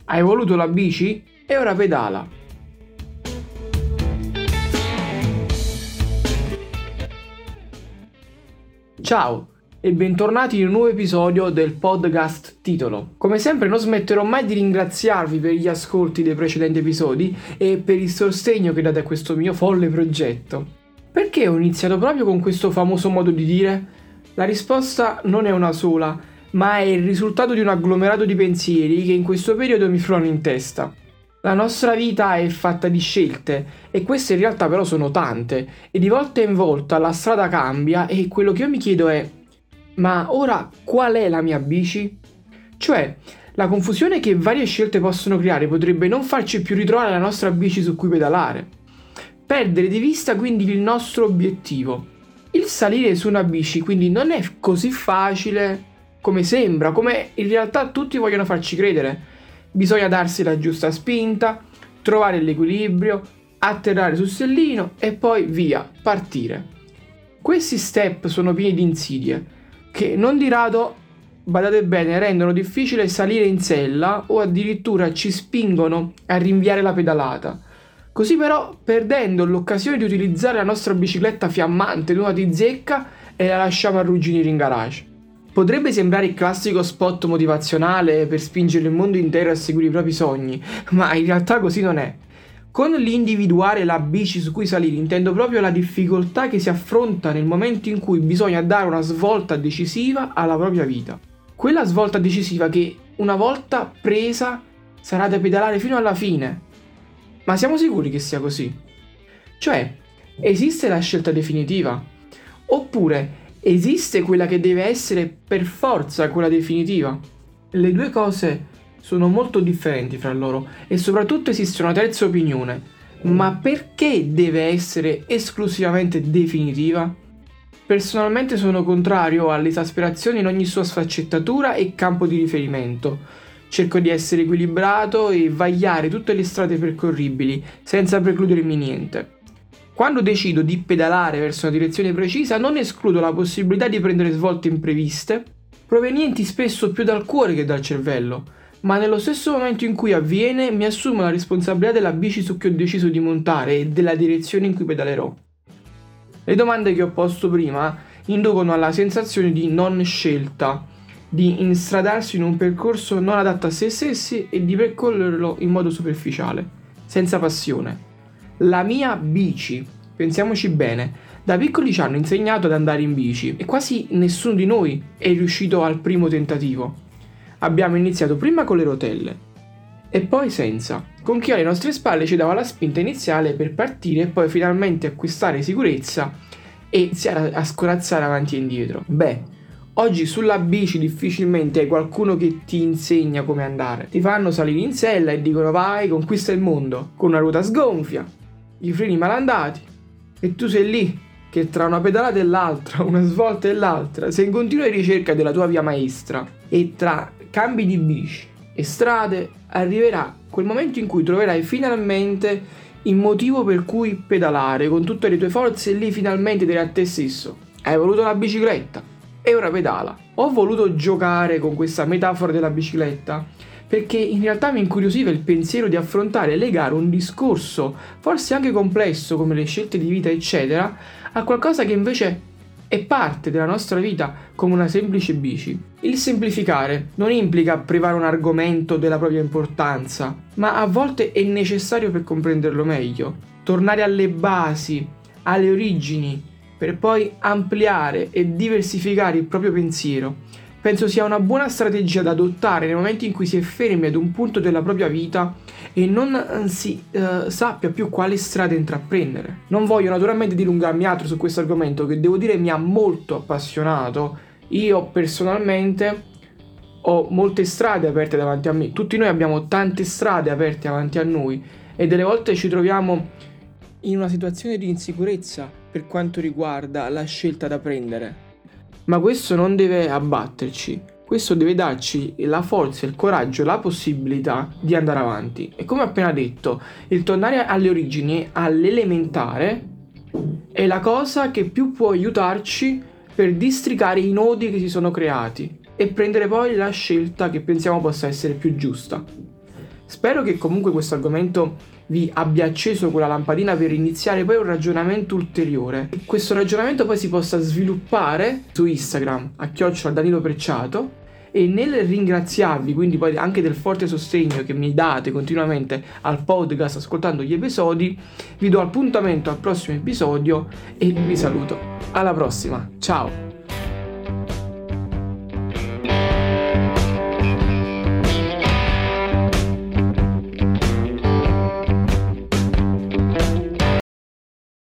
Hai voluto la bici? E ora pedala. Ciao e bentornati in un nuovo episodio del podcast Titolo. Come sempre non smetterò mai di ringraziarvi per gli ascolti dei precedenti episodi e per il sostegno che date a questo mio folle progetto. Perché ho iniziato proprio con questo famoso modo di dire? La risposta non è una sola, ma è il risultato di un agglomerato di pensieri che in questo periodo mi frullano in testa. La nostra vita è fatta di scelte e queste in realtà però sono tante e di volta in volta la strada cambia e quello che io mi chiedo è: ma ora qual è la mia bici? Cioè, la confusione che varie scelte possono creare potrebbe non farci più ritrovare la nostra bici su cui pedalare. Perdere di vista quindi il nostro obiettivo. Il salire su una bici quindi non è così facile come sembra, come in realtà tutti vogliono farci credere. Bisogna darsi la giusta spinta, trovare l'equilibrio, atterrare sul sellino e poi via, partire. Questi step sono pieni di insidie che non di rado, badate bene, rendono difficile salire in sella o addirittura ci spingono a rinviare la pedalata. Così però, perdendo l'occasione di utilizzare la nostra bicicletta fiammante d'una di zecca e la lasciamo arrugginire in garage. Potrebbe sembrare il classico spot motivazionale per spingere il mondo intero a seguire i propri sogni, ma in realtà così non è. Con l'individuare la bici su cui salire intendo proprio la difficoltà che si affronta nel momento in cui bisogna dare una svolta decisiva alla propria vita. Quella svolta decisiva che, una volta presa, sarà da pedalare fino alla fine. Ma siamo sicuri che sia così? Cioè, esiste la scelta definitiva? Oppure esiste quella che deve essere per forza quella definitiva? Le due cose sono molto differenti fra loro e soprattutto esiste una terza opinione. Ma perché deve essere esclusivamente definitiva? Personalmente sono contrario all'esasperazione in ogni sua sfaccettatura e campo di riferimento. Cerco di essere equilibrato e vagliare tutte le strade percorribili senza precludermi niente. Quando decido di pedalare verso una direzione precisa non escludo la possibilità di prendere svolte impreviste, provenienti spesso più dal cuore che dal cervello, ma nello stesso momento in cui avviene mi assumo la responsabilità della bici su cui ho deciso di montare e della direzione in cui pedalerò. Le domande che ho posto prima inducono alla sensazione di non scelta, di instradarsi in un percorso non adatto a se stessi e di percorrerlo in modo superficiale, senza passione. La mia bici, pensiamoci bene, da piccoli ci hanno insegnato ad andare in bici e quasi nessuno di noi è riuscito al primo tentativo. Abbiamo iniziato prima con le rotelle e poi senza, con chi alle nostre spalle ci dava la spinta iniziale per partire e poi finalmente acquistare sicurezza e iniziare a scorazzare avanti e indietro. Oggi sulla bici difficilmente hai qualcuno che ti insegna come andare. Ti fanno salire in sella e dicono vai, conquista il mondo, con una ruota sgonfia, i freni malandati e tu sei lì che tra una pedalata e l'altra, una svolta e l'altra, sei in continua ricerca della tua via maestra e tra cambi di bici e strade arriverà quel momento in cui troverai finalmente il motivo per cui pedalare con tutte le tue forze e lì finalmente direi a te stesso: hai voluto la bicicletta e ora pedala. Ho voluto giocare con questa metafora della bicicletta perché in realtà mi incuriosiva il pensiero di affrontare e legare un discorso, forse anche complesso come le scelte di vita eccetera, a qualcosa che invece è parte della nostra vita come una semplice bici. Il semplificare non implica privare un argomento della propria importanza, ma a volte è necessario per comprenderlo meglio. Tornare alle basi, alle origini, per poi ampliare e diversificare il proprio pensiero. Penso sia una buona strategia da adottare nel momento in cui si è fermi ad un punto della propria vita e non si sappia più quale strada intraprendere. Non voglio naturalmente dilungarmi altro su questo argomento che devo dire mi ha molto appassionato. Io personalmente ho molte strade aperte davanti a me, tutti noi abbiamo tante strade aperte davanti a noi e delle volte ci troviamo in una situazione di insicurezza per quanto riguarda la scelta da prendere. Ma questo non deve abbatterci, questo deve darci la forza, il coraggio, la possibilità di andare avanti. E come ho appena detto, il tornare alle origini, all'elementare, è la cosa che più può aiutarci per districare i nodi che si sono creati e prendere poi la scelta che pensiamo possa essere più giusta. Spero che comunque questo argomento vi abbia acceso quella lampadina per iniziare poi un ragionamento ulteriore. Questo ragionamento poi si possa sviluppare su Instagram a @DaniloPrecciato, e nel ringraziarvi quindi poi anche del forte sostegno che mi date continuamente al podcast ascoltando gli episodi, vi do appuntamento al prossimo episodio e vi saluto. Alla prossima, ciao!